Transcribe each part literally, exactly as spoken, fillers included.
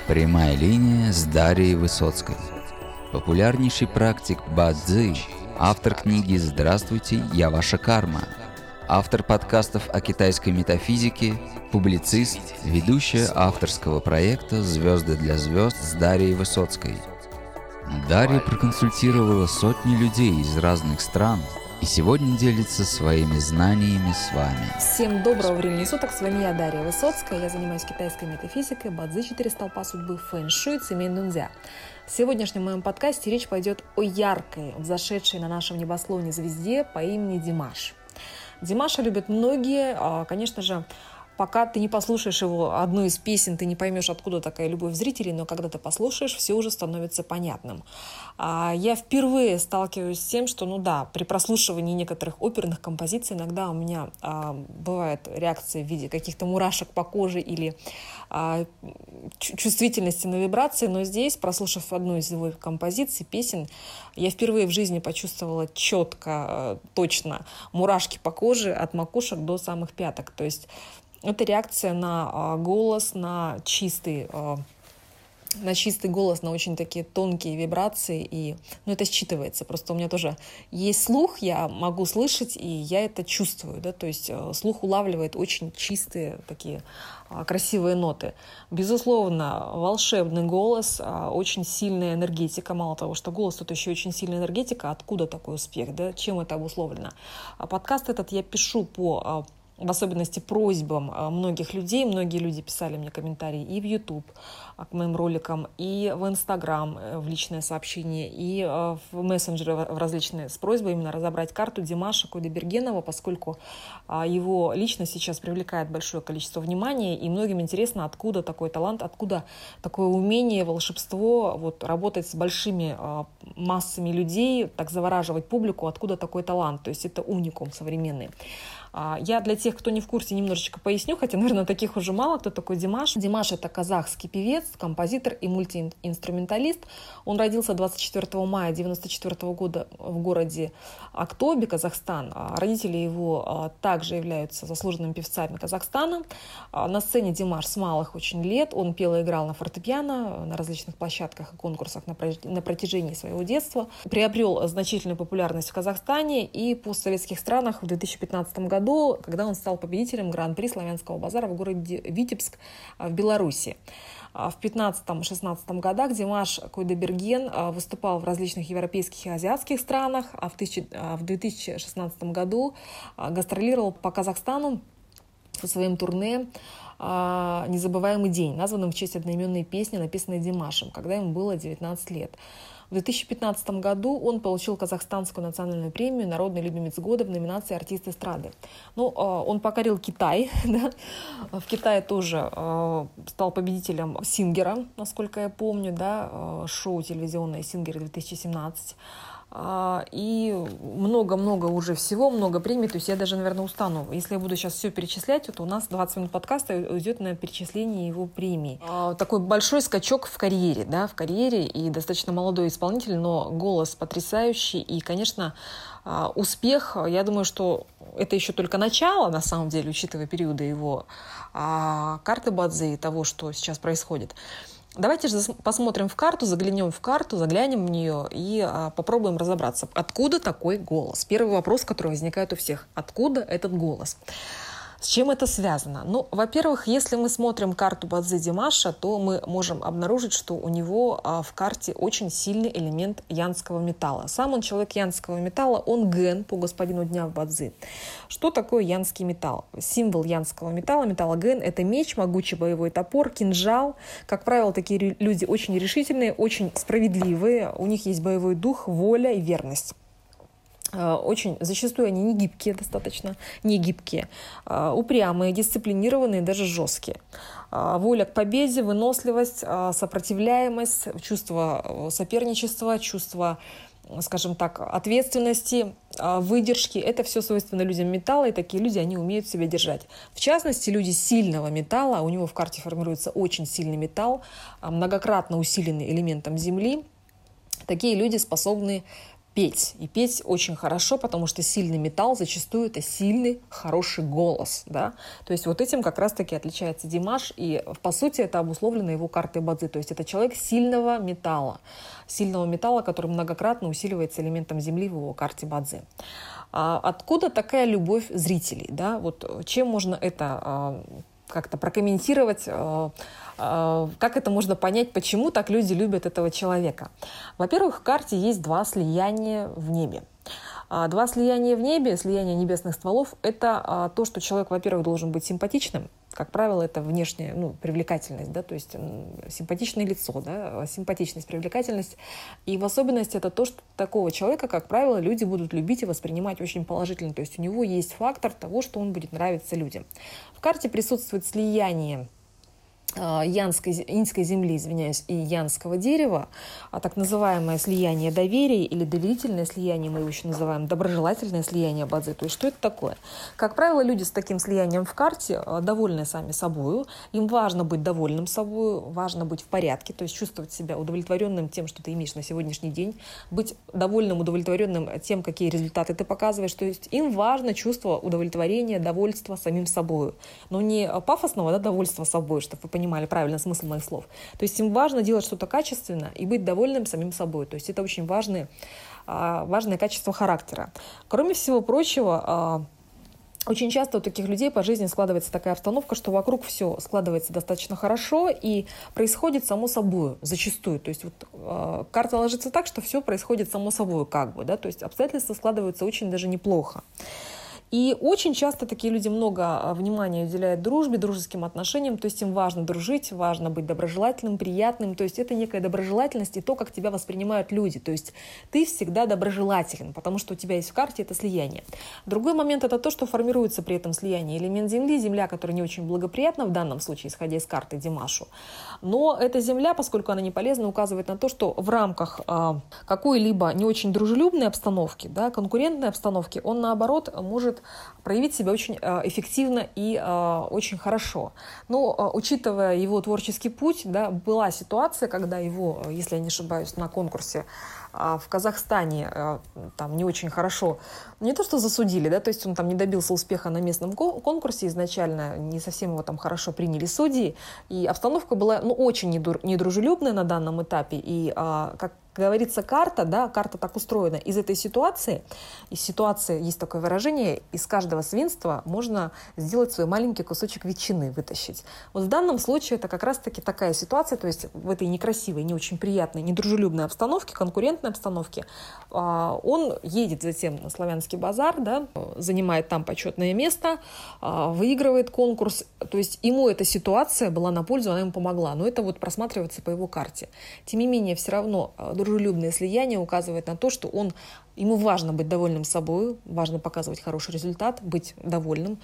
Прямая линия с Дарьей Высоцкой. Популярнейший практик Бадзи, автор книги «Здравствуйте, я ваша карма», автор подкастов о китайской метафизике, публицист, ведущая авторского проекта «Звезды для звезд» с Дарьей Высоцкой. Дарья проконсультировала сотни людей из разных стран и сегодня делится своими знаниями с вами. Всем доброго времени суток, с вами я, Дарья Высоцкая. Я занимаюсь китайской метафизикой, бадзи, четыре столпа судьбы, фэн-шуй, цимэнь дунцзя. В сегодняшнем моем подкасте речь пойдет о яркой, взошедшей на нашем небословне звезде по имени Димаш. Димаша любят многие, конечно же. Пока ты не послушаешь его одну из песен, ты не поймешь, откуда такая любовь зрителей, но когда ты послушаешь, все уже становится понятным. Я впервые сталкиваюсь с тем, что, ну да, при прослушивании некоторых оперных композиций иногда у меня бывает реакция в виде каких-то мурашек по коже или чувствительности на вибрации, но здесь, прослушав одну из его композиций, песен, я впервые в жизни почувствовала четко, точно мурашки по коже от макушек до самых пяток. То есть это реакция на голос, на чистый, на чистый голос, на очень такие тонкие вибрации. И, ну, это считывается. Просто у меня тоже есть слух, я могу слышать, и я это чувствую. Да? То есть слух улавливает очень чистые такие красивые ноты. Безусловно, волшебный голос, очень сильная энергетика. Мало того, что голос, тут еще очень сильная энергетика. Откуда такой успех? Да? Чем это обусловлено? Подкаст этот я пишу по... в особенности просьбам многих людей. Многие люди писали мне комментарии и в YouTube к моим роликам, и в Instagram в личное сообщение, и в мессенджеры в различные с просьбой именно разобрать карту Димаша Куйдыбергенова, поскольку его личность сейчас привлекает большое количество внимания, и многим интересно, откуда такой талант, откуда такое умение, волшебство, вот, работать с большими массами людей, так завораживать публику, откуда такой талант. То есть это уникум современный. Я для тех, кто не в курсе, немножечко поясню, хотя, наверное, таких уже мало, кто такой Димаш. Димаш – это казахский певец, композитор и мультиинструменталист. Он родился двадцать четвёртого мая девяносто четвёртого года в городе Актобе, Казахстан. Родители его также являются заслуженными певцами Казахстана. На сцене Димаш с малых очень лет. Он пел и играл на фортепиано на различных площадках и конкурсах на протяжении своего детства. Приобрел значительную популярность в Казахстане и постсоветских странах в две тысячи пятнадцатом году. году, когда он стал победителем Гран-при Славянского базара в городе Витебск в Беларуси. В пятнадцатом-шестнадцатом годах Димаш Куйдыберген выступал в различных европейских и азиатских странах, а в две тысячи шестнадцатом году гастролировал по Казахстану со своим турне «Незабываемый день», названным в честь одноименной песни, написанной Димашем, когда ему было девятнадцать лет. В две тысячи пятнадцатом году он получил Казахстанскую национальную премию «Народный любимец года» в номинации «Артист эстрады». Ну, он покорил Китай. Да? В Китае тоже стал победителем «Сингера», насколько я помню, да? Шоу телевизионное «Сингер» две тысячи семнадцать. И много-много уже всего, много премий. То есть я даже, наверное, устану. Если я буду сейчас все перечислять, то у нас двадцать минут подкаста уйдет на перечисление его премий. Такой большой скачок в карьере, да, в карьере. И достаточно молодой исполнитель, но голос потрясающий. И, конечно, успех, я думаю, что это еще только начало, на самом деле, учитывая периоды его карты Бадзи и того, что сейчас происходит. Давайте же посмотрим в карту, заглянем в карту, заглянем в нее и а, попробуем разобраться, откуда такой голос. Первый вопрос, который возникает у всех. Откуда этот голос? С чем это связано? Ну, во-первых, если мы смотрим карту Бадзи Димаша, то мы можем обнаружить, что у него а, в карте очень сильный элемент янского металла. Сам он человек янского металла, он ген по господину дня в Бадзи. Что такое янский металл? Символ янского металла, металла ген – это меч, могучий боевой топор, кинжал. Как правило, такие люди очень решительные, очень справедливые, у них есть боевой дух, воля и верность. Очень, зачастую они не гибкие достаточно, не гибкие, упрямые, дисциплинированные, даже жесткие. Воля к победе, выносливость, сопротивляемость, чувство соперничества, чувство, скажем так, ответственности, выдержки. Это все свойственно людям металла, и такие люди, они умеют себя держать. В частности, люди сильного металла, у него в карте формируется очень сильный металл, многократно усиленный элементом земли. Такие люди способны петь. И петь очень хорошо, потому что сильный металл зачастую это сильный, хороший голос. Да? То есть вот этим как раз-таки отличается Димаш. И по сути это обусловлено его картой Бадзи. То есть это человек сильного металла. Сильного металла, который многократно усиливается элементом земли в его карте Бадзи. А откуда такая любовь зрителей? Да? Вот чем можно это а, как-то прокомментировать? А, а, как это можно понять, почему так люди любят этого человека? Во-первых, в карте есть два слияния в небе. А, два слияния в небе, слияние небесных стволов, это а, то, что человек, во-первых, должен быть симпатичным. Как правило, это внешняя, ну, привлекательность, да, то есть симпатичное лицо, да, симпатичность, привлекательность. И в особенности это то, что такого человека, как правило, люди будут любить и воспринимать очень положительно. То есть у него есть фактор того, что он будет нравиться людям. В карте присутствует слияние янской, иньской земли, извиняюсь, и янского дерева, а так называемое слияние доверия или доверительное слияние, мы его еще называем доброжелательное слияние Бадзи. То есть что это такое? Как правило, люди с таким слиянием в карте довольны сами собой, им важно быть довольным собой, важно быть в порядке, то есть чувствовать себя удовлетворенным тем, что ты имеешь на сегодняшний день, быть довольным, удовлетворенным тем, какие результаты ты показываешь, то есть им важно чувство удовлетворения, довольства самим собой, но не пафосного, да, довольства собой, чтобы вы понимали правильно смысл моих слов. То есть им важно делать что-то качественно и быть довольным самим собой. То есть это очень важное, важное качество характера. Кроме всего прочего, очень часто у таких людей по жизни складывается такая обстановка, что вокруг все складывается достаточно хорошо и происходит само собой, зачастую. То есть вот, э, карта ложится так, что все происходит само собой, как бы, да, то есть обстоятельства складываются очень даже неплохо. И очень часто такие люди много внимания уделяют дружбе, дружеским отношениям, то есть им важно дружить, важно быть доброжелательным, приятным, то есть это некая доброжелательность и то, как тебя воспринимают люди, то есть ты всегда доброжелателен, потому что у тебя есть в карте это слияние. Другой момент это то, что формируется при этом слияние элемент земли, земля, которая не очень благоприятна в данном случае, исходя из карты Димашу, но эта земля, поскольку она не полезна, указывает на то, что в рамках а, какой-либо не очень дружелюбной обстановки, да, конкурентной обстановки, он наоборот может проявить себя очень э, эффективно и э, очень хорошо. Но, э, учитывая его творческий путь, да, была ситуация, когда его, если я не ошибаюсь, на конкурсе э, в Казахстане э, там не очень хорошо, не то что засудили, да, то есть он там не добился успеха на местном конкурсе изначально, не совсем его там хорошо приняли судьи, и обстановка была, ну, очень недружелюбная на данном этапе, и э, как говорится, карта, да, карта так устроена. Из этой ситуации, из ситуации есть такое выражение, из каждого свинства можно сделать свой маленький кусочек ветчины, вытащить. Вот в данном случае это как раз-таки такая ситуация, то есть в этой некрасивой, не очень приятной, недружелюбной обстановке, конкурентной обстановке, он едет затем на Славянский базар, да, занимает там почетное место, выигрывает конкурс, то есть ему эта ситуация была на пользу, она ему помогла, но это вот просматривается по его карте. Тем не менее, все равно дружелюбное слияние указывает на то, что он, ему важно быть довольным собой, важно показывать хороший результат, быть довольным.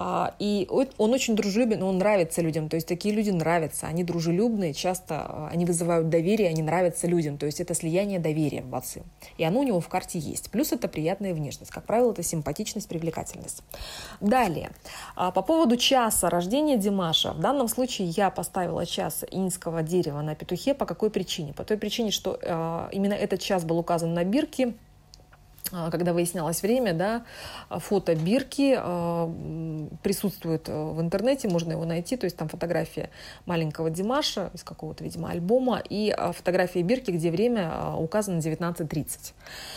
И он очень дружелюбен, он нравится людям. То есть такие люди нравятся, они дружелюбные, часто они вызывают доверие, они нравятся людям. То есть это слияние доверия в Бадзи. И оно у него в карте есть. Плюс это приятная внешность. Как правило, это симпатичность, привлекательность. Далее. По поводу часа рождения Димаша. В данном случае я поставила час иньского дерева на петухе. По какой причине? По той причине, что именно этот час был указан на бирке, когда выяснялось время, да, фото бирки э, присутствует в интернете, можно его найти, то есть там фотография маленького Димаша из какого-то, видимо, альбома и фотография бирки, где время указано девятнадцать тридцать.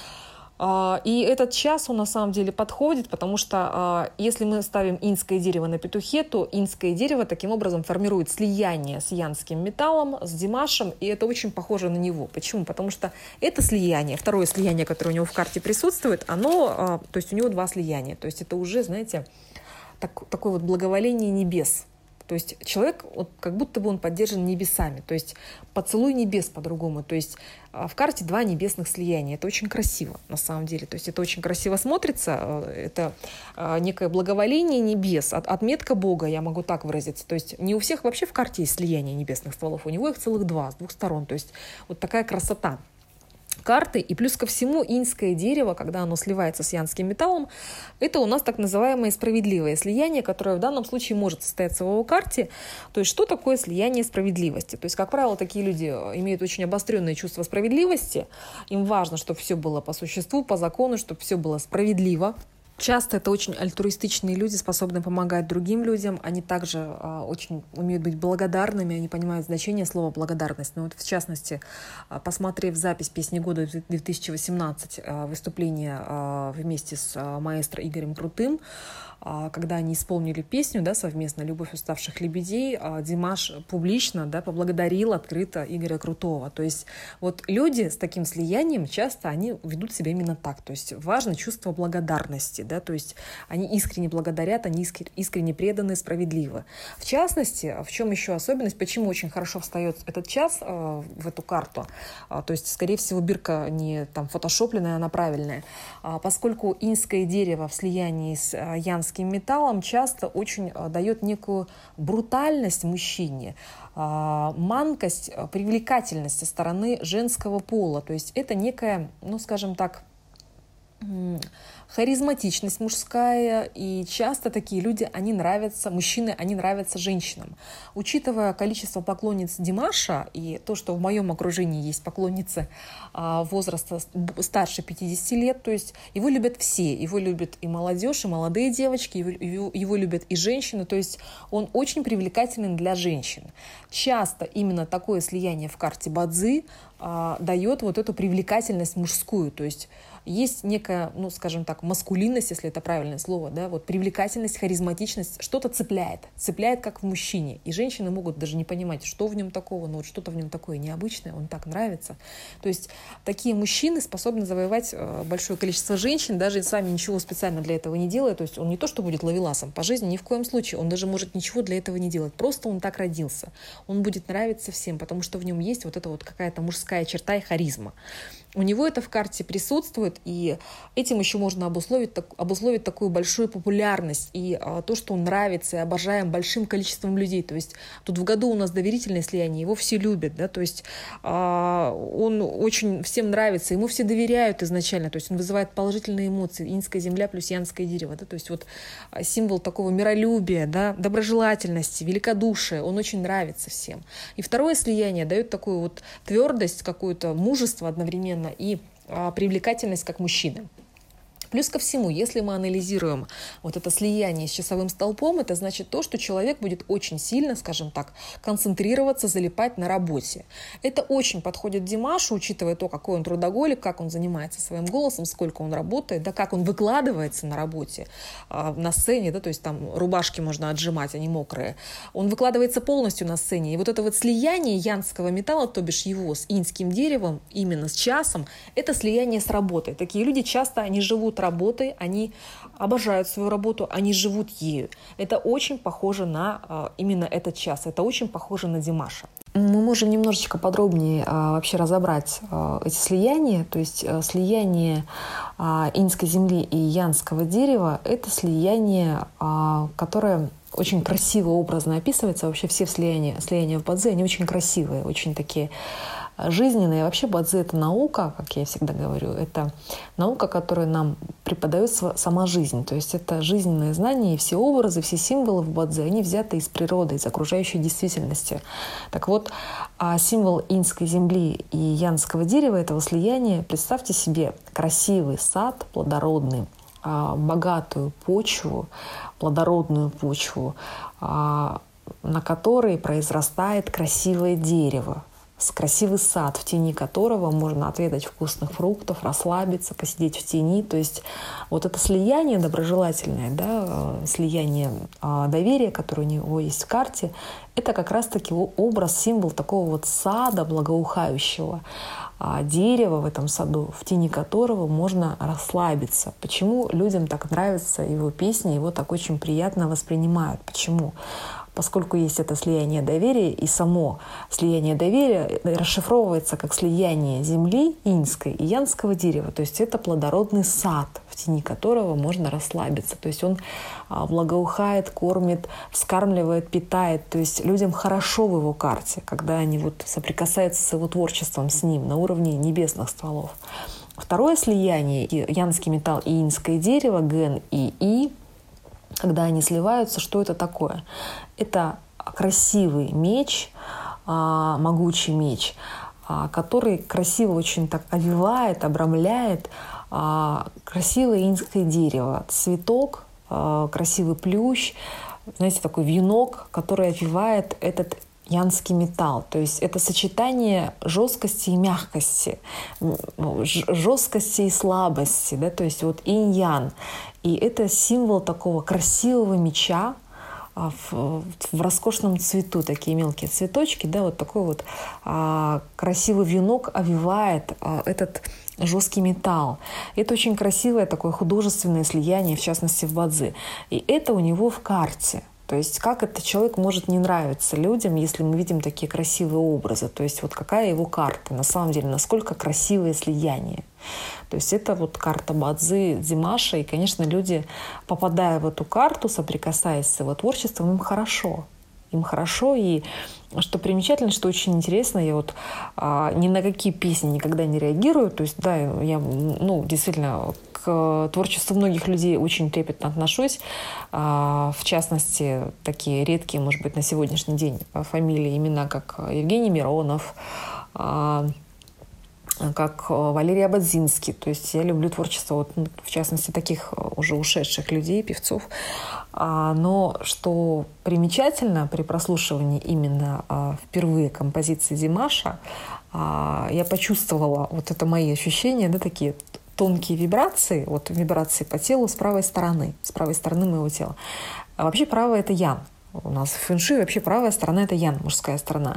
И этот час, он на самом деле подходит, потому что если мы ставим иньское дерево на петухе, то иньское дерево таким образом формирует слияние с янским металлом, с Димашем, и это очень похоже на него. Почему? Потому что это слияние, второе слияние, которое у него в карте присутствует, оно, то есть у него два слияния, то есть это уже, знаете, так, такое вот благоволение небес. То есть человек, вот, как будто бы он поддержан небесами, то есть поцелуй небес по-другому. То есть в карте два небесных слияния. Это очень красиво на самом деле. То есть это очень красиво смотрится. Это некое благоволение небес, отметка Бога, я могу так выразиться. То есть не у всех вообще в карте есть слияние небесных стволов, у него их целых два, с двух сторон. То есть вот такая красота. карты. И плюс ко всему иньское дерево, когда оно сливается с янским металлом, это у нас так называемое справедливое слияние, которое в данном случае может состояться в его карте. То есть что такое слияние справедливости? То есть, как правило, такие люди имеют очень обостренное чувство справедливости. Им важно, чтобы все было по существу, по закону, чтобы все было справедливо. Часто это очень альтруистичные люди, способные помогать другим людям. Они также а, очень умеют быть благодарными, они понимают значение слова «благодарность». Но вот в частности, а, посмотрев запись «Песни года» две тысячи восемнадцать, а, выступление а, вместе с а, маэстро Игорем Крутым, а, когда они исполнили песню, да, совместно «Любовь уставших лебедей», а, Димаш публично, да, поблагодарил открыто Игоря Крутого. То есть вот люди с таким слиянием часто они ведут себя именно так. То есть важно чувство благодарности. Да, то есть они искренне благодарят, они искренне преданы, справедливы. В частности, в чем еще особенность, почему очень хорошо встает этот час э, в эту карту, а, то есть, скорее всего, бирка не там фотошопленная, она правильная, а, поскольку иньское дерево в слиянии с а, янским металлом часто очень а, дает некую брутальность мужчине, а, манкость, а, привлекательность со стороны женского пола, то есть это некая, ну, скажем так, харизматичность мужская, и часто такие люди, они нравятся, мужчины, они нравятся женщинам. Учитывая количество поклонниц Димаша и то, что в моем окружении есть поклонницы а, возраста старше пятидесяти лет, то есть его любят все, его любят и молодежь, и молодые девочки, его, его, его любят и женщины, то есть он очень привлекателен для женщин. Часто именно такое слияние в карте Бадзи а, дает вот эту привлекательность мужскую, то есть есть некая, ну, скажем так, маскулинность, если это правильное слово, да, вот привлекательность, харизматичность, что-то цепляет, цепляет как в мужчине. И женщины могут даже не понимать, что в нем такого, но вот что-то в нем такое необычное, он так нравится. То есть такие мужчины способны завоевать большое количество женщин, даже сами ничего специально для этого не делая. То есть он не то, что будет ловеласом по жизни, ни в коем случае, он даже может ничего для этого не делать. Просто он так родился. Он будет нравиться всем, потому что в нем есть вот эта вот какая-то мужская черта и харизма. У него это в карте присутствует, и этим еще можно обусловить, так, обусловить такую большую популярность и а, то, что он нравится и обожаем большим количеством людей. То есть тут в году у нас доверительное слияние, его все любят, да, то есть а, он очень всем нравится, ему все доверяют изначально, то есть он вызывает положительные эмоции, иньская земля плюс янское дерево, да, то есть вот символ такого миролюбия, да, доброжелательности, великодушия, он очень нравится всем. И второе слияние дает такую вот твердость, какое-то мужество одновременно, и а, привлекательность как мужчины. Плюс ко всему, если мы анализируем вот это слияние с часовым столпом, это значит то, что человек будет очень сильно, скажем так, концентрироваться, залипать на работе. Это очень подходит Димашу, учитывая то, какой он трудоголик, как он занимается своим голосом, сколько он работает, да, как он выкладывается на работе, э, на сцене, да, то есть там рубашки можно отжимать, они мокрые. Он выкладывается полностью на сцене. И вот это вот слияние янского металла, то бишь его с иньским деревом, именно с часом, это слияние с работой. Такие люди часто, они живут работой, они обожают свою работу, они живут ею. Это очень похоже на а, именно этот час, это очень похоже на Димаша. Мы можем немножечко подробнее а, вообще разобрать а, эти слияния, то есть а, слияние а, иньской земли и янского дерева – это слияние, а, которое очень красиво, образно описывается. Вообще все слияния, слияния в Бадзи, они очень красивые, очень такие жизненные. Вообще Бадзи – это наука, как я всегда говорю, это наука, которую нам преподает сама жизнь. То есть это жизненные знания, и все образы, все символы в Бадзи, они взяты из природы, из окружающей действительности. Так вот, символ иньской земли и янского дерева, этого слияния, представьте себе красивый сад, плодородный, богатую почву, плодородную почву, на которой произрастает красивое дерево, красивый сад, в тени которого можно отведать вкусных фруктов, расслабиться, посидеть в тени. То есть вот это слияние доброжелательное, да, слияние доверия, которое у него есть в карте, это как раз-таки образ, символ такого вот сада благоухающего, дерева в этом саду, в тени которого можно расслабиться. Почему людям так нравятся его песни, его так очень приятно воспринимают? Почему? поскольку есть это слияние доверия, и само слияние доверия расшифровывается как слияние земли иньской и янского дерева. То есть это плодородный сад, в тени которого можно расслабиться. То есть он благоухает, кормит, вскармливает, питает. То есть людям хорошо в его карте, когда они вот соприкасаются с его творчеством, с ним на уровне небесных стволов. Второе слияние, янский металл и иньское дерево, ген и и, когда они сливаются, что это такое? Это красивый меч, могучий меч, который красиво очень так овивает, обрамляет красивое иньское дерево, цветок, красивый плющ, знаете, такой венок, который овивает этот янский металл. То есть это сочетание жесткости и мягкости, жесткости и слабости, да, то есть вот инь-ян. И это символ такого красивого меча в, в роскошном цвету, такие мелкие цветочки, да, вот такой вот а, красивый венок овивает а, этот жесткий металл. Это очень красивое такое художественное слияние, в частности в бадзи. И это у него в карте. То есть как этот человек может не нравиться людям, если мы видим такие красивые образы? То есть вот какая его карта? На самом деле, насколько красивое слияние? То есть это вот карта бадзи Димаша. И, конечно, люди, попадая в эту карту, соприкасаясь с его творчеством, им хорошо. Им хорошо. И что примечательно, что очень интересно, я вот а, ни на какие песни никогда не реагирую. То есть, да, я, ну, действительно, к творчеству многих людей очень трепетно отношусь. А, в частности, такие редкие, может быть, на сегодняшний день фамилии, имена, как Евгений Миронов, а, как Валерий Ободзинский. То есть я люблю творчество, вот, ну, в частности, таких уже ушедших людей, певцов. А, но что примечательно при прослушивании именно а, впервые композиции Димаша, а, я почувствовала, вот это мои ощущения, да, такие тонкие вибрации, вот вибрации по телу с правой стороны, с правой стороны моего тела. А вообще правая — это ян. У нас в фэншуй вообще правая сторона — это ян, мужская сторона.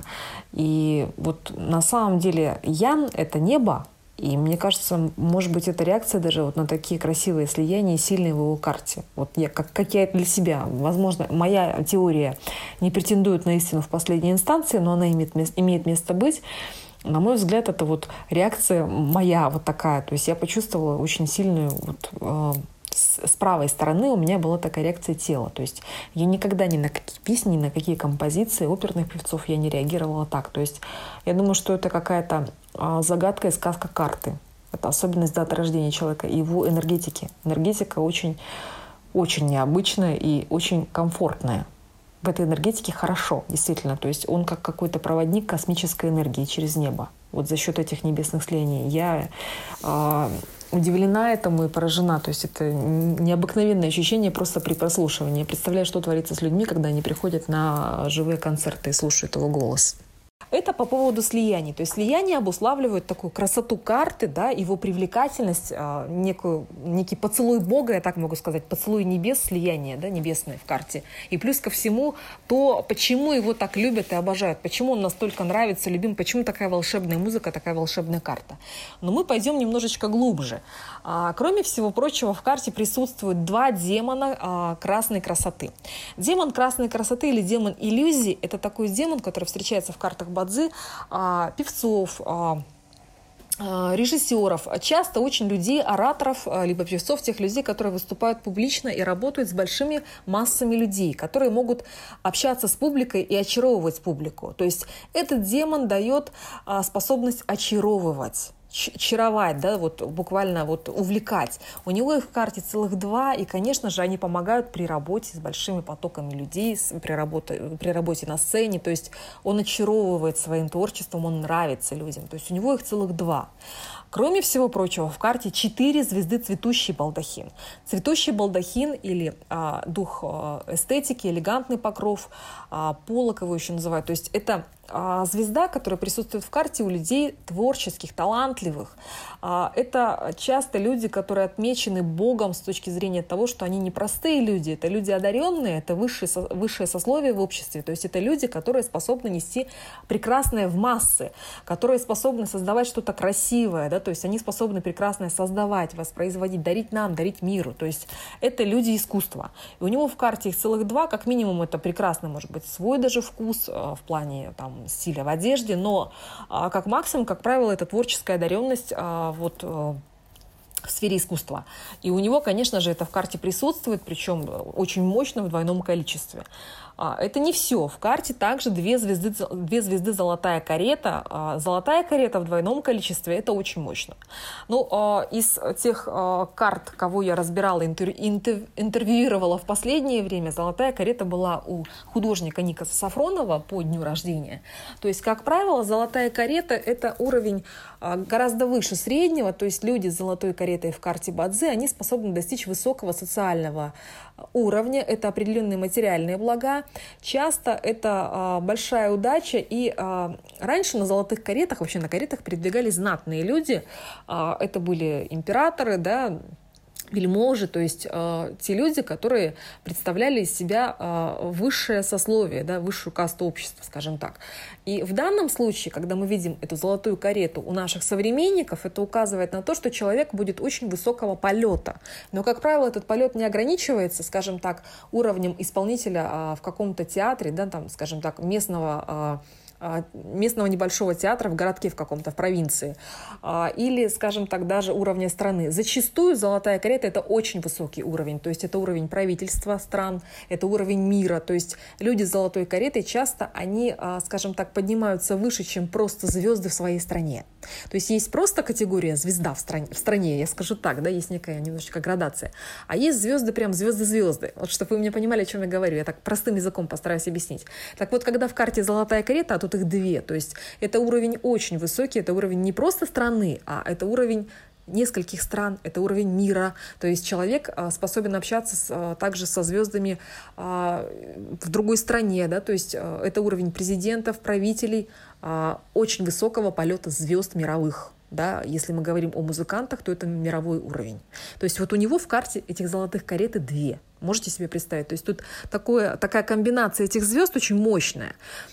И вот на самом деле ян — это небо. И мне кажется, может быть, это реакция даже вот на такие красивые слияния, сильные в его карте. Вот я, как, как я для себя. Возможно, моя теория не претендует на истину в последней инстанции, но она имеет, имеет место быть. На мой взгляд, это вот реакция моя вот такая. То есть я почувствовала очень сильную вот, э, с правой стороны у меня была такая реакция тела. То есть я никогда ни на какие песни, ни на какие композиции оперных певцов я не реагировала так. То есть я думаю, что это какая-то загадка и сказка карты. Это особенность даты рождения человека и его энергетики. Энергетика очень, очень необычная и очень комфортная. В этой энергетике хорошо, действительно. То есть он как какой-то проводник космической энергии через небо. Вот за счет этих небесных слияний. Я э, удивлена этому и поражена. То есть это необыкновенное ощущение просто при прослушивании. Я представляю, что творится с людьми, когда они приходят на живые концерты и слушают его голос. Это по поводу слияний. То есть слияния обуславливают такую красоту карты, да, его привлекательность, а, некую, некий поцелуй Бога, я так могу сказать, поцелуй небес, слияние, да, небесное в карте. И плюс ко всему то, почему его так любят и обожают, почему он настолько нравится, любим, почему такая волшебная музыка, такая волшебная карта. Но мы пойдем немножечко глубже. А, кроме всего прочего, в карте присутствуют два демона а, красной красоты. Демон красной красоты или демон иллюзий – это такой демон, который встречается в картах бадзи, а, певцов, а, а, режиссеров, часто очень людей, ораторов, а, либо певцов, тех людей, которые выступают публично и работают с большими массами людей, которые могут общаться с публикой и очаровывать публику. То есть этот демон дает а, способность очаровывать. Чаровать, да, вот буквально вот увлекать. У него их в карте целых два, и, конечно же, они помогают при работе с большими потоками людей, при работе, при работе на сцене, то есть он очаровывает своим творчеством, он нравится людям, то есть у него их целых два. Кроме всего прочего, в карте четыре звезды цветущий балдахин. Цветущий балдахин или а, дух а, эстетики, элегантный покров, а, полог его еще называют, то есть это а, звезда, которая присутствует в карте у людей творческих, талантливых, талантливых. Это часто люди, которые отмечены Богом с точки зрения того, что они не простые люди, это люди одаренные, это высшее, высшее сословие в обществе, то есть это люди, которые способны нести прекрасное в массы, которые способны создавать что-то красивое, да, то есть они способны прекрасное создавать, воспроизводить, дарить нам, дарить миру, то есть это люди искусства. И у него в карте их целых два, как минимум это прекрасно, может быть, свой даже вкус в плане там, стиля в одежде, но как максимум, как правило, это творческая одаренность вот, в сфере искусства. И у него, конечно же, это в карте присутствует, причем очень мощно в двойном количестве. Это не все. В карте также две звезды, две звезды золотая карета. Золотая карета в двойном количестве – это очень мощно. Ну, из тех карт, кого я разбирала, интер, интер, интервьюировала в последнее время, золотая карета была у художника Никаса Сафронова по дню рождения. То есть, как правило, золотая карета – это уровень гораздо выше среднего, то есть люди с золотой каретой в карте Бадзи, они способны достичь высокого социального уровня, это определенные материальные блага, часто это а, большая удача, и а, раньше на золотых каретах, вообще на каретах передвигались знатные люди, а, это были императоры, да, вельможи, то есть э, те люди, которые представляли из себя э, высшее сословие, да, высшую касту общества, скажем так. И в данном случае, когда мы видим эту золотую карету у наших современников, это указывает на то, что человек будет очень высокого полета. Но, как правило, этот полет не ограничивается, скажем так, уровнем исполнителя э, в каком-то театре, да, там, скажем так, местного э, местного небольшого театра в городке в каком-то, в провинции, или, скажем так, даже уровня страны. Зачастую золотая карета – это очень высокий уровень, то есть это уровень правительства стран, это уровень мира, то есть люди с золотой каретой часто, они, скажем так, поднимаются выше, чем просто звезды в своей стране. То есть есть просто категория звезда в стране, в стране, я скажу так, да, есть некая немножечко градация, а есть звезды, прям звезды-звезды. Вот чтобы вы меня понимали, о чем я говорю, я так простым языком постараюсь объяснить. Так вот, когда в карте золотая карета, а тут их две, то есть это уровень очень высокий, это уровень не просто страны, а это уровень нескольких стран, это уровень мира, то есть человек а, способен общаться с, а, также со звездами а, в другой стране, да, то есть а, это уровень президентов, правителей, а, очень высокого полета звезд мировых. Да, если мы говорим о музыкантах, то это мировой уровень. То есть вот у него в карте этих золотых кареты две. Можете себе представить? То есть тут такое, такая комбинация этих звезд очень мощная.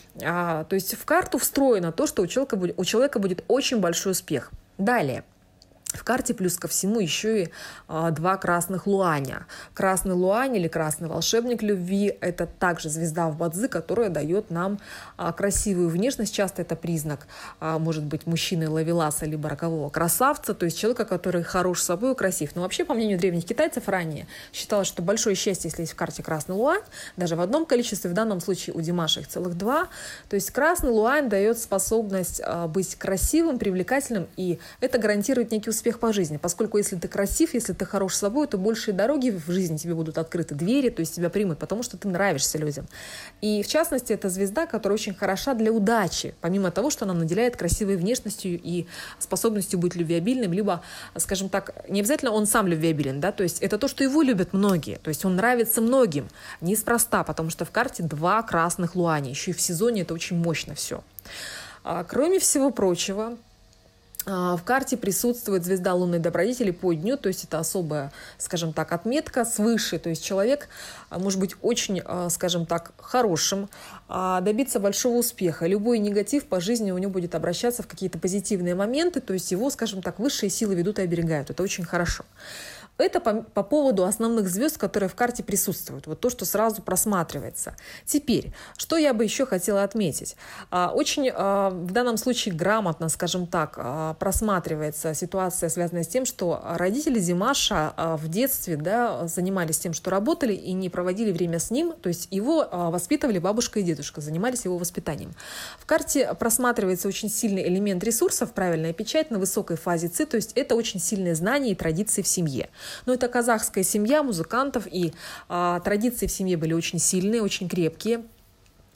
А, то есть в карту встроено то, что у человека будет, у человека будет очень большой успех. Далее. В карте плюс ко всему еще и а, два красных луаня. Красный луань или красный волшебник любви – это также звезда в Бадзи, которая дает нам а, красивую внешность. Часто это признак, а, может быть, мужчины ловеласа либо рокового красавца, то есть человека, который хорош собой и красив. Но вообще, по мнению древних китайцев, ранее считалось, что большое счастье, если есть в карте красный луань, даже в одном количестве, в данном случае у Димаша их целых два. То есть красный луань дает способность а, быть красивым, привлекательным, и это гарантирует некий успех. Успех по жизни, поскольку если ты красив, если ты хорош собой, то большие дороги в жизни тебе будут открыты, двери, то есть тебя примут, потому что ты нравишься людям. И в частности, это звезда, которая очень хороша для удачи, помимо того, что она наделяет красивой внешностью и способностью быть любвеобильным, либо, скажем так, не обязательно он сам любвеобилен, да, то есть это то, что его любят многие, то есть он нравится многим, неспроста, потому что в карте два красных луани, еще и в сезоне это очень мощно все. А, кроме всего прочего, в карте присутствует звезда лунной добродетели по дню, то есть это особая, скажем так, отметка свыше, то есть человек может быть очень, скажем так, хорошим, добиться большого успеха. Любой негатив по жизни у него будет обращаться в какие-то позитивные моменты, то есть его, скажем так, высшие силы ведут и оберегают. Это очень хорошо. Это по, по поводу основных звезд, которые в карте присутствуют. Вот то, что сразу просматривается. Теперь, что я бы еще хотела отметить. Очень в данном случае грамотно, скажем так, просматривается ситуация, связанная с тем, что родители Димаша в детстве, да, занимались тем, что работали и не проводили время с ним. То есть его воспитывали бабушка и дедушка, занимались его воспитанием. В карте просматривается очень сильный элемент ресурсов, правильная печать на высокой фазе ци, то есть это очень сильные знания и традиции в семье. Но это казахская семья музыкантов, и а, традиции в семье были очень сильные, очень крепкие.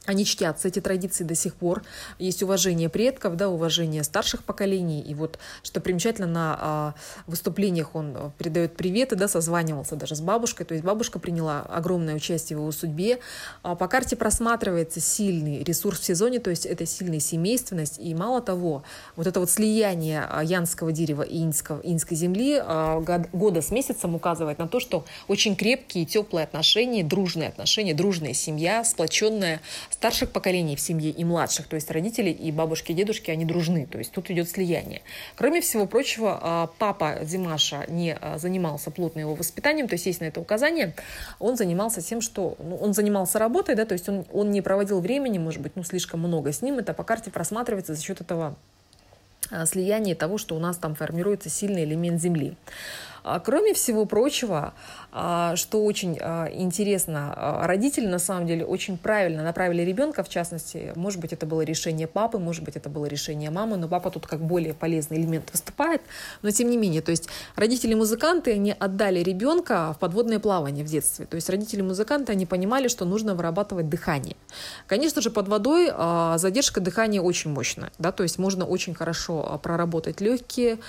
Они чтятся, эти традиции до сих пор. Есть уважение предков, да, уважение старших поколений. И вот, что примечательно, на а, выступлениях он передает приветы, да, созванивался даже с бабушкой. То есть бабушка приняла огромное участие в его судьбе. А по карте просматривается сильный ресурс в сезоне, то есть это сильная семейственность. И мало того, вот это вот слияние янского дерева и иньского, иньской земли а, года с месяцем указывает на то, что очень крепкие, теплые отношения, дружные отношения, дружная семья, сплоченная, старших поколений в семье и младших, то есть родители и бабушки, и дедушки, они дружны, то есть тут идет слияние. Кроме всего прочего, папа Димаша не занимался плотно его воспитанием, то есть есть на это указание, он занимался тем, что ну, он занимался работой, да, то есть он, он не проводил времени, может быть, ну, слишком много с ним, это по карте просматривается за счет этого слияния того, что у нас там формируется сильный элемент земли. Кроме всего прочего, что очень интересно, родители на самом деле очень правильно направили ребенка, в частности, может быть, это было решение папы, может быть, это было решение мамы, но папа тут как более полезный элемент выступает, но тем не менее, то есть родители-музыканты, они отдали ребенка в подводное плавание в детстве, то есть родители-музыканты, они понимали, что нужно вырабатывать дыхание. Конечно же, под водой задержка дыхания очень мощная, да, то есть можно очень хорошо проработать легкие,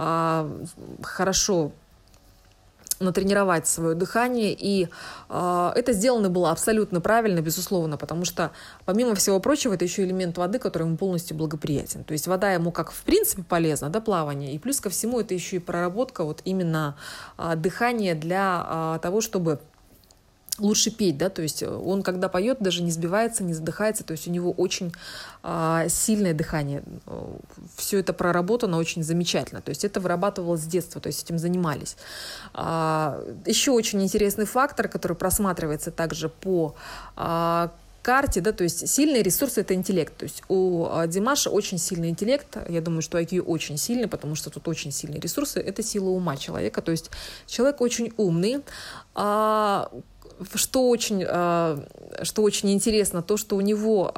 хорошо натренировать свое дыхание, и э, это сделано было абсолютно правильно, безусловно, потому что, помимо всего прочего, это еще элемент воды, который ему полностью благоприятен. То есть вода ему как в принципе полезна, да, плавание, и плюс ко всему это еще и проработка вот именно э, дыхания для э, того, чтобы лучше петь, да, то есть он, когда поет, даже не сбивается, не задыхается, то есть у него очень а, сильное дыхание, все это проработано очень замечательно, то есть это вырабатывалось с детства, то есть этим занимались. А, еще очень интересный фактор, который просматривается также по а, карте, да, то есть сильный ресурс — это интеллект, то есть у Димаша очень сильный интеллект, я думаю, что ай кью очень сильный, потому что тут очень сильные ресурсы, это сила ума человека, то есть человек очень умный, а, Что очень, что очень интересно, то, что у него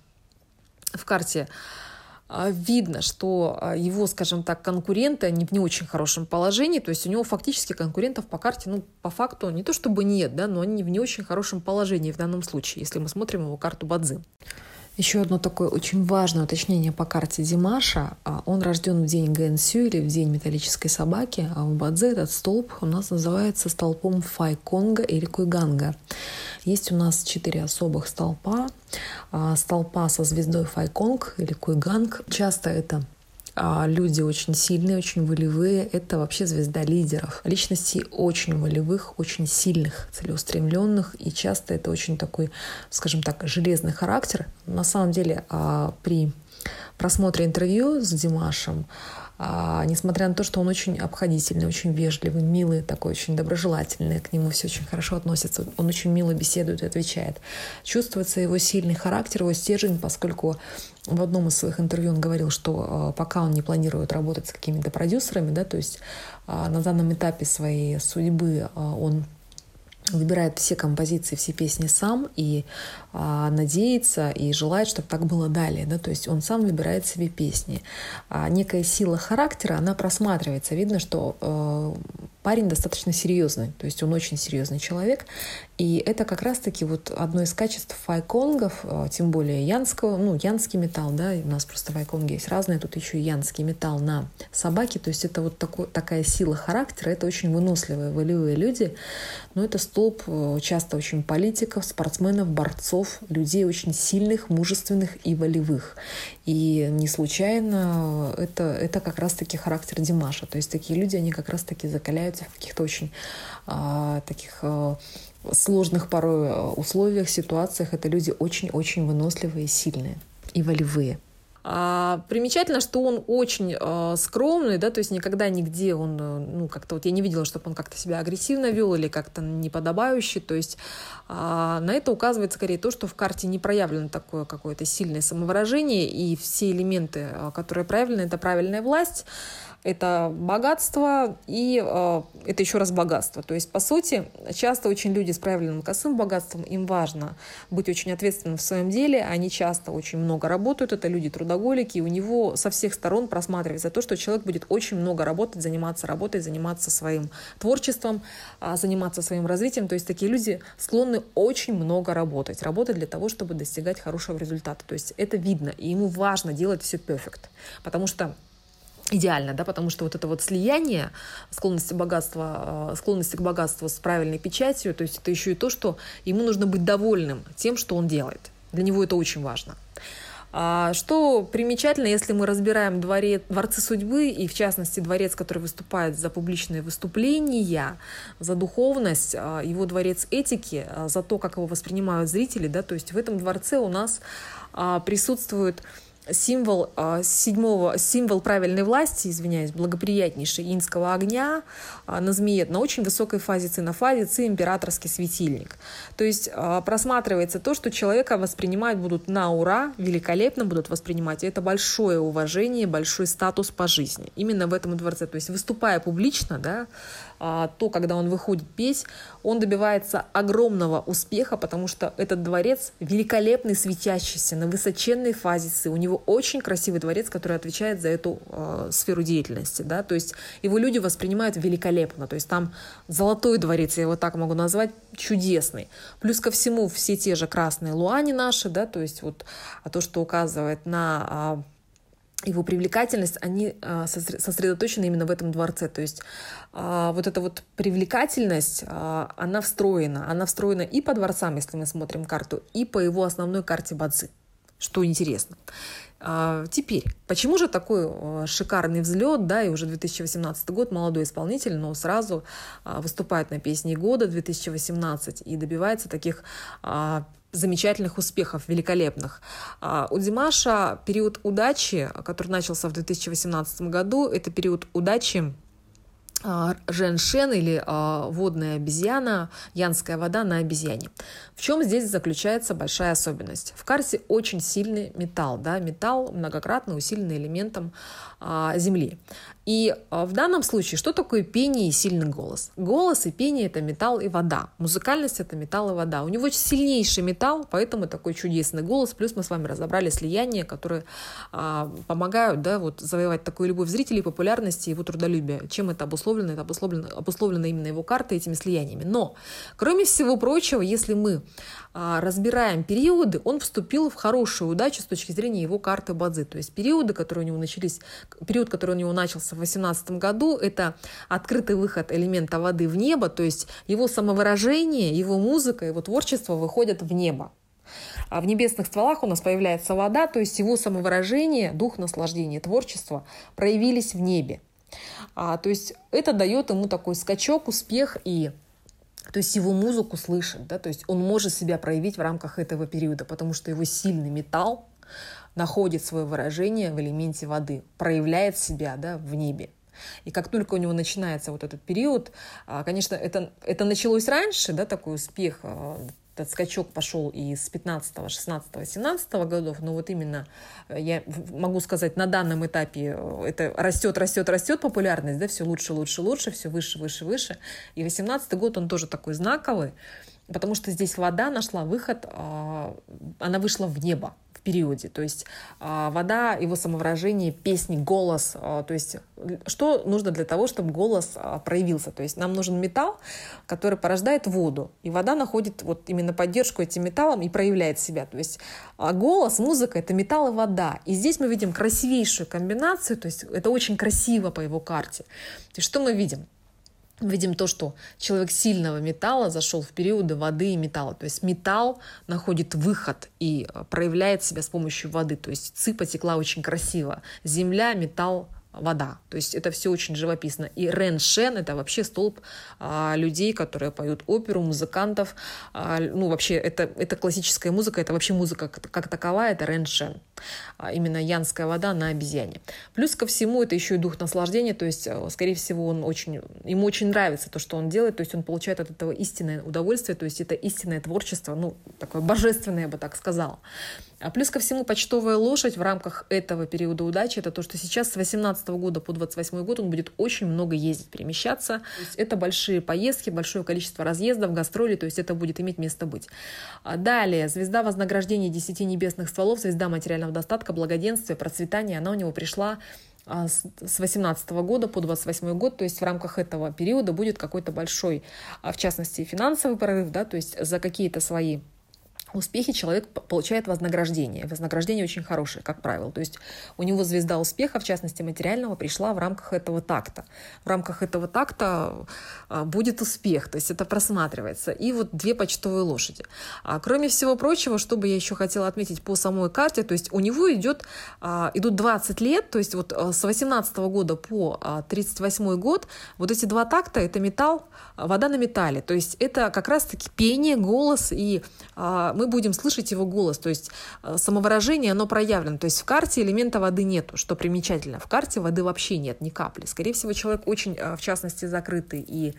в карте видно, что его, скажем так, конкуренты, они в не очень хорошем положении, то есть у него фактически конкурентов по карте, ну, по факту, не то чтобы нет, да, но они в не очень хорошем положении в данном случае, если мы смотрим его карту Бадзи. Еще одно такое очень важное уточнение по карте Димаша. Он рожден в день Гэнсю или в день металлической собаки, а в Бадзи этот столб у нас называется столпом Файконга или Куйганга. Есть у нас четыре особых столпа. Столпа со звездой Файконг или Куйганг. Часто это люди очень сильные, очень волевые. Это вообще звезда лидеров. Личностей очень волевых, очень сильных, целеустремленных. И часто это очень такой, скажем так, железный характер. На самом деле при просмотре интервью с Димашем, А, несмотря на то, что он очень обходительный, очень вежливый, милый, такой очень доброжелательный, к нему все очень хорошо относятся, он очень мило беседует и отвечает. Чувствуется его сильный характер, его стержень, поскольку в одном из своих интервью он говорил, что а, пока он не планирует работать с какими-то продюсерами, да, то есть а, на данном этапе своей судьбы а, он выбирает все композиции, все песни сам и а, надеется и желает, чтобы так было далее. Да? То есть он сам выбирает себе песни. А некая сила характера, она просматривается. Видно, что э, парень достаточно серьезный, то есть он очень серьезный человек. И это как раз-таки вот одно из качеств файконгов, тем более янского, ну, янский металл, да, у нас просто файконги есть разные, тут еще и янский металл на собаке, то есть это вот такой, такая сила характера, это очень выносливые, волевые люди, но это столб часто очень политиков, спортсменов, борцов, людей очень сильных, мужественных и волевых. И не случайно это, это как раз-таки характер Димаша, то есть такие люди, они как раз-таки закаляются в каких-то очень а, таких... А, сложных порой условиях, ситуациях. Это люди очень-очень выносливые, сильные и волевые. А, примечательно, что он очень а, скромный, да, то есть никогда нигде он, ну, как-то вот я не видела, чтобы он как-то себя агрессивно вел или как-то неподобающе, то есть а, на это указывает скорее то, что в карте не проявлено такое какое-то сильное самовыражение, и все элементы, которые проявлены, это правильная власть, это богатство и э, это еще раз богатство. То есть, по сути, часто очень люди с проявленным косым богатством, им важно быть очень ответственным в своем деле, они часто очень много работают, это люди трудолюбивые, трудоголик, и у него со всех сторон просматривается то, что человек будет очень много работать, заниматься работой, заниматься своим творчеством, заниматься своим развитием. То есть такие люди склонны очень много работать. Работать для того, чтобы достигать хорошего результата. То есть это видно, и ему важно делать все перфект. Потому что идеально, да, потому что вот это вот слияние склонности, богатства, склонности к богатству с правильной печатью, то есть это еще и то, что ему нужно быть довольным тем, что он делает. Для него это очень важно. А что примечательно, если мы разбираем дворец, дворцы судьбы, и в частности дворец, который выступает за публичные выступления, за духовность, его дворец этики, за то, как его воспринимают зрители, да, то есть в этом дворце у нас присутствует символ седьмого, символ правильной власти, извиняюсь, благоприятнейший инского огня на змее, на очень высокой фазе ци, на фазе ци императорский светильник. То есть просматривается то, что человека воспринимать будут на ура, великолепно будут воспринимать. И это большое уважение, большой статус по жизни. Именно в этом дворце. То есть выступая публично, да, то, когда он выходит петь, он добивается огромного успеха, потому что этот дворец великолепный, светящийся, на высоченной фазе ци. У него очень красивый дворец, который отвечает за эту э, сферу деятельности. Да? То есть его люди воспринимают великолепно. То есть там золотой дворец, я его так могу назвать, чудесный. Плюс ко всему все те же красные луани наши, да, то есть вот то, что указывает на... его привлекательность, они сосредоточены именно в этом дворце. То есть вот эта вот привлекательность, она встроена. Она встроена и по дворцам, если мы смотрим карту, и по его основной карте Бадзи, что интересно. Теперь, почему же такой шикарный взлет, да, и уже две тысячи восемнадцатый год, молодой исполнитель, но сразу выступает на песне года две тысячи восемнадцать и добивается таких замечательных успехов, великолепных. У Димаша период удачи, который начался в две тысячи восемнадцатом году, это период удачи Женшен или водная обезьяна, янская вода на обезьяне. В чем здесь заключается большая особенность? В карте очень сильный металл, да, металл многократно усиленный элементом Земли. И в данном случае, что такое пение и сильный голос? Голос и пение — это металл и вода. Музыкальность — это металл и вода. У него очень сильнейший металл, поэтому такой чудесный голос. Плюс мы с вами разобрали слияния, которые а, помогают, да, вот, завоевать такую любовь зрителей, популярность и его трудолюбие. Чем это обусловлено? Это обусловлено, обусловлено именно его картой, этими слияниями. Но, кроме всего прочего, если мы а, разбираем периоды, он вступил в хорошую удачу с точки зрения его карты Бадзи. То есть периоды, которые у него начались, период, который у него начался в две тысячи восемнадцатом году, это открытый выход элемента воды в небо, то есть его самовыражение, его музыка, его творчество выходят в небо. А в небесных стволах у нас появляется вода, то есть его самовыражение, дух наслаждения, творчество проявились в небе. А, то есть это дает ему такой скачок, успех, и то есть его музыку слышат, да, то есть он может себя проявить в рамках этого периода, потому что его сильный металл находит свое выражение в элементе воды, проявляет себя, да, в небе. И как только у него начинается вот этот период, конечно, это, это началось раньше, да, такой успех, этот скачок пошел и с пятнадцатого, шестнадцатого, семнадцатого годов, но вот именно я могу сказать, на данном этапе это растет, растет, растет популярность, да, все лучше, лучше, лучше, все выше, выше, выше. И восемнадцатый год, он тоже такой знаковый, потому что здесь вода нашла выход, она вышла в небо в периоде, то есть вода, его самовыражение, песни, голос, то есть что нужно для того, чтобы голос проявился, то есть нам нужен металл, который порождает воду, и вода находит вот именно поддержку этим металлом и проявляет себя, то есть голос, музыка — это металл и вода, и здесь мы видим красивейшую комбинацию, то есть это очень красиво по его карте. То есть что мы видим? Видим то, что человек сильного металла зашел в периоды воды и металла. То есть металл находит выход и проявляет себя с помощью воды. То есть ци потекла очень красиво. Земля, металл, вода. То есть это все очень живописно. И Рэншен — это вообще столб а, людей, которые поют оперу, музыкантов. А, ну, вообще, это, это классическая музыка, это вообще музыка как, как таковая, это Рэншен. А, именно янская вода на обезьяне. Плюс ко всему, это еще и дух наслаждения, то есть, скорее всего, он очень, ему очень нравится то, что он делает, то есть он получает от этого истинное удовольствие, то есть это истинное творчество, ну, такое божественное, я бы так сказала. А плюс ко всему, почтовая лошадь в рамках этого периода удачи — это то, что сейчас с восемнадцатого года по двадцать восьмой год он будет очень много ездить, перемещаться. То есть это большие поездки, большое количество разъездов, гастролей, то есть это будет иметь место быть. А далее, звезда вознаграждения десяти небесных стволов, звезда материального материального достатка, благоденствия, процветания, она у него пришла с восемнадцатого года по двадцать восьмой год, то есть в рамках этого периода будет какой-то большой, в частности, финансовый прорыв, да, то есть за какие-то свои успехи человек получает вознаграждение. Вознаграждение очень хорошее, как правило. То есть у него звезда успеха, в частности материального, пришла в рамках этого такта. В рамках этого такта будет успех, то есть это просматривается. И вот две почтовые лошади. А кроме всего прочего, что бы я еще хотела отметить по самой карте, то есть у него идет, идут двадцать лет, то есть вот с восемнадцатого года по тридцать восьмой год вот эти два такта — это металл, вода на металле. То есть это как раз-таки пение, голос, и мы будем слышать его голос, то есть самовыражение, оно проявлено. То есть в карте элемента воды нету, что примечательно. В карте воды вообще нет, ни капли. Скорее всего, человек очень, в частности, закрытый и,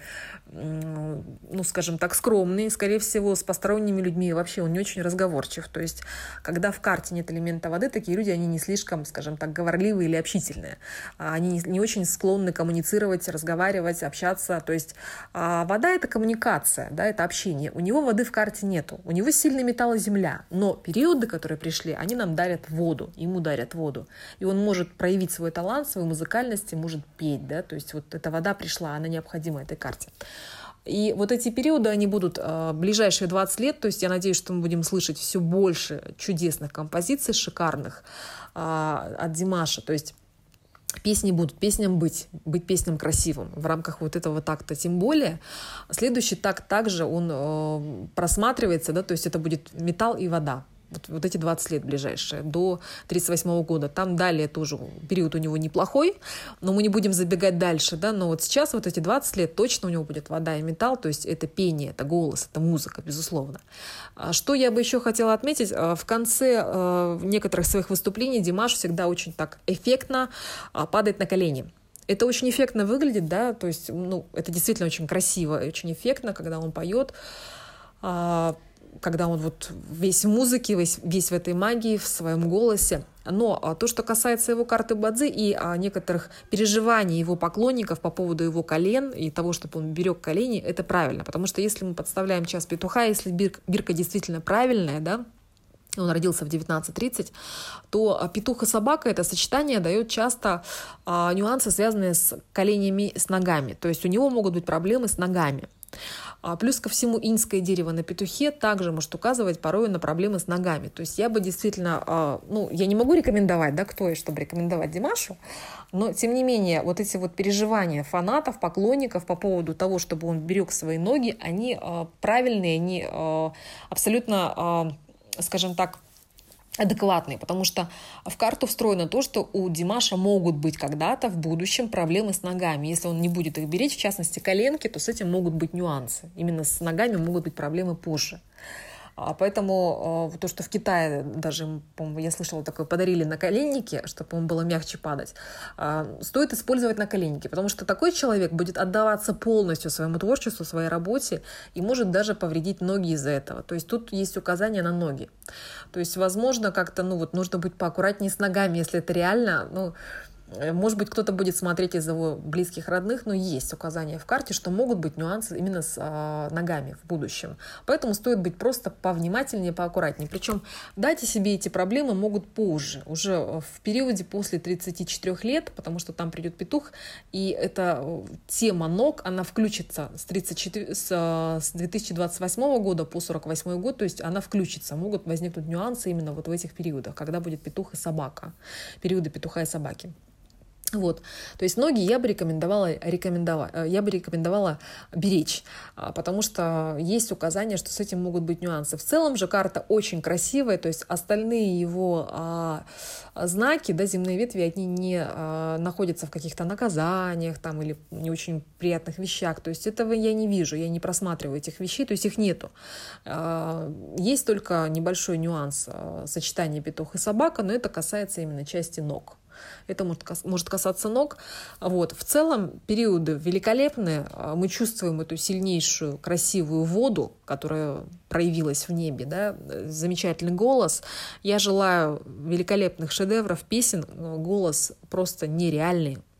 ну, скажем так, скромный. Скорее всего, с посторонними людьми вообще он не очень разговорчив. То есть когда в карте нет элемента воды, такие люди, они не слишком, скажем так, говорливые или общительные. Они не очень склонны коммуницировать, разговаривать, общаться. То есть вода — это коммуникация, да, это общение. У него воды в карте нету. У него сильный металл и земля, но периоды, которые пришли, они нам дарят воду, ему дарят воду, и он может проявить свой талант, свою музыкальность, и может петь, да, то есть вот эта вода пришла, она необходима этой карте. И вот эти периоды, они будут э, ближайшие двадцать лет, то есть я надеюсь, что мы будем слышать все больше чудесных композиций, шикарных э, от Димаша, то есть песни будут, песням быть, быть песням красивым в рамках вот этого такта. Тем более следующий такт также он э, просматривается, да, то есть это будет металл и вода. Вот, вот эти двадцать лет ближайшие, до тридцать восьмого года. Там далее тоже период у него неплохой, но мы не будем забегать дальше, да, но вот сейчас вот эти двадцать лет точно у него будет вода и металл, то есть это пение, это голос, это музыка, безусловно. Что я бы еще хотела отметить, в конце некоторых своих выступлений Димаш всегда очень так эффектно падает на колени. Это очень эффектно выглядит, да, то есть, ну, это действительно очень красиво, очень эффектно, когда он поет, когда он вот весь в музыке, весь, весь в этой магии, в своем голосе. Но то, что касается его карты Бадзи и а, некоторых переживаний его поклонников по поводу его колен и того, чтобы он берег колени, это правильно. Потому что если мы подставляем час петуха, если бирка, бирка действительно правильная, да, он родился в девятнадцать тридцать, то петух и собака, это сочетание дает часто а, нюансы, связанные с коленями, с ногами. То есть у него могут быть проблемы с ногами. Плюс ко всему иньское дерево на петухе также может указывать порой на проблемы с ногами. То есть я бы действительно, ну, я не могу рекомендовать, да, кто я, чтобы рекомендовать Димашу, но тем не менее вот эти вот переживания фанатов, поклонников по поводу того, чтобы он берег свои ноги, они правильные, они абсолютно, скажем так, адекватные, потому что в карту встроено то, что у Димаша могут быть когда-то в будущем проблемы с ногами. Если он не будет их беречь, в частности коленки, то с этим могут быть нюансы. Именно с ногами могут быть проблемы позже. Поэтому то, что в Китае даже, по-моему, я слышала такое, подарили наколенники, чтобы ему было мягче падать, стоит использовать наколенники, потому что такой человек будет отдаваться полностью своему творчеству, своей работе и может даже повредить ноги из-за этого. То есть тут есть указания на ноги. То есть, возможно, как-то, ну вот, нужно быть поаккуратнее с ногами, если это реально, ну, может быть, кто-то будет смотреть из его близких, родных, но есть указания в карте, что могут быть нюансы именно с а, ногами в будущем. Поэтому стоит быть просто повнимательнее, поаккуратнее. Причем дать себе эти проблемы могут позже, уже в периоде после тридцати четырёх лет, потому что там придет петух, и эта тема ног, она включится с, тридцать четыре, с, с две тысячи двадцать восьмого года по сорок восьмой год, то есть она включится. Могут возникнуть нюансы именно вот в этих периодах, когда будет петух и собака, периоды петуха и собаки. Вот, то есть ноги я бы рекомендовала, рекомендовала, я бы рекомендовала беречь, потому что есть указания, что с этим могут быть нюансы. В целом же карта очень красивая, то есть остальные его а, знаки, да, земные ветви, они не а, находятся в каких-то наказаниях там, или не очень приятных вещах, то есть этого я не вижу, я не просматриваю этих вещей, то есть их нету. А, есть только небольшой нюанс а, сочетания петух и собака, но это касается именно части ног. Это может, может касаться ног. Вот. В целом периоды великолепные. Мы чувствуем эту сильнейшую, красивую воду, которая проявилась в небе. Да? Замечательный голос. Я желаю великолепных шедевров, песен. Голос просто нереальный.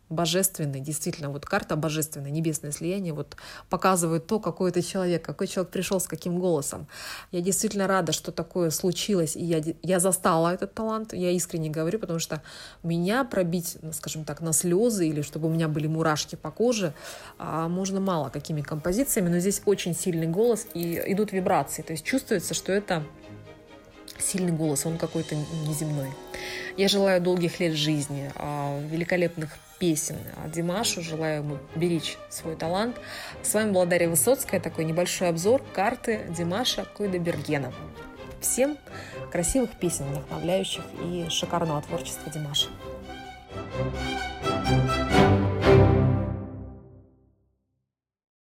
божественный, действительно, вот карта божественная, небесное слияние, вот показывает то, какой это человек, какой человек пришел с каким голосом. Я действительно рада, что такое случилось, и я, я застала этот талант, я искренне говорю, потому что меня пробить, скажем так, на слезы или чтобы у меня были мурашки по коже, можно мало какими композициями, но здесь очень сильный голос и идут вибрации, то есть чувствуется, что это сильный голос, он какой-то неземной. Я желаю долгих лет жизни, великолепных песен Димашу, желаю ему беречь свой талант. С вами была Дарья Высоцкая, такой небольшой обзор карты Димаша Куйдебергена. Всем красивых песен, вдохновляющих и шикарного творчества Димаша.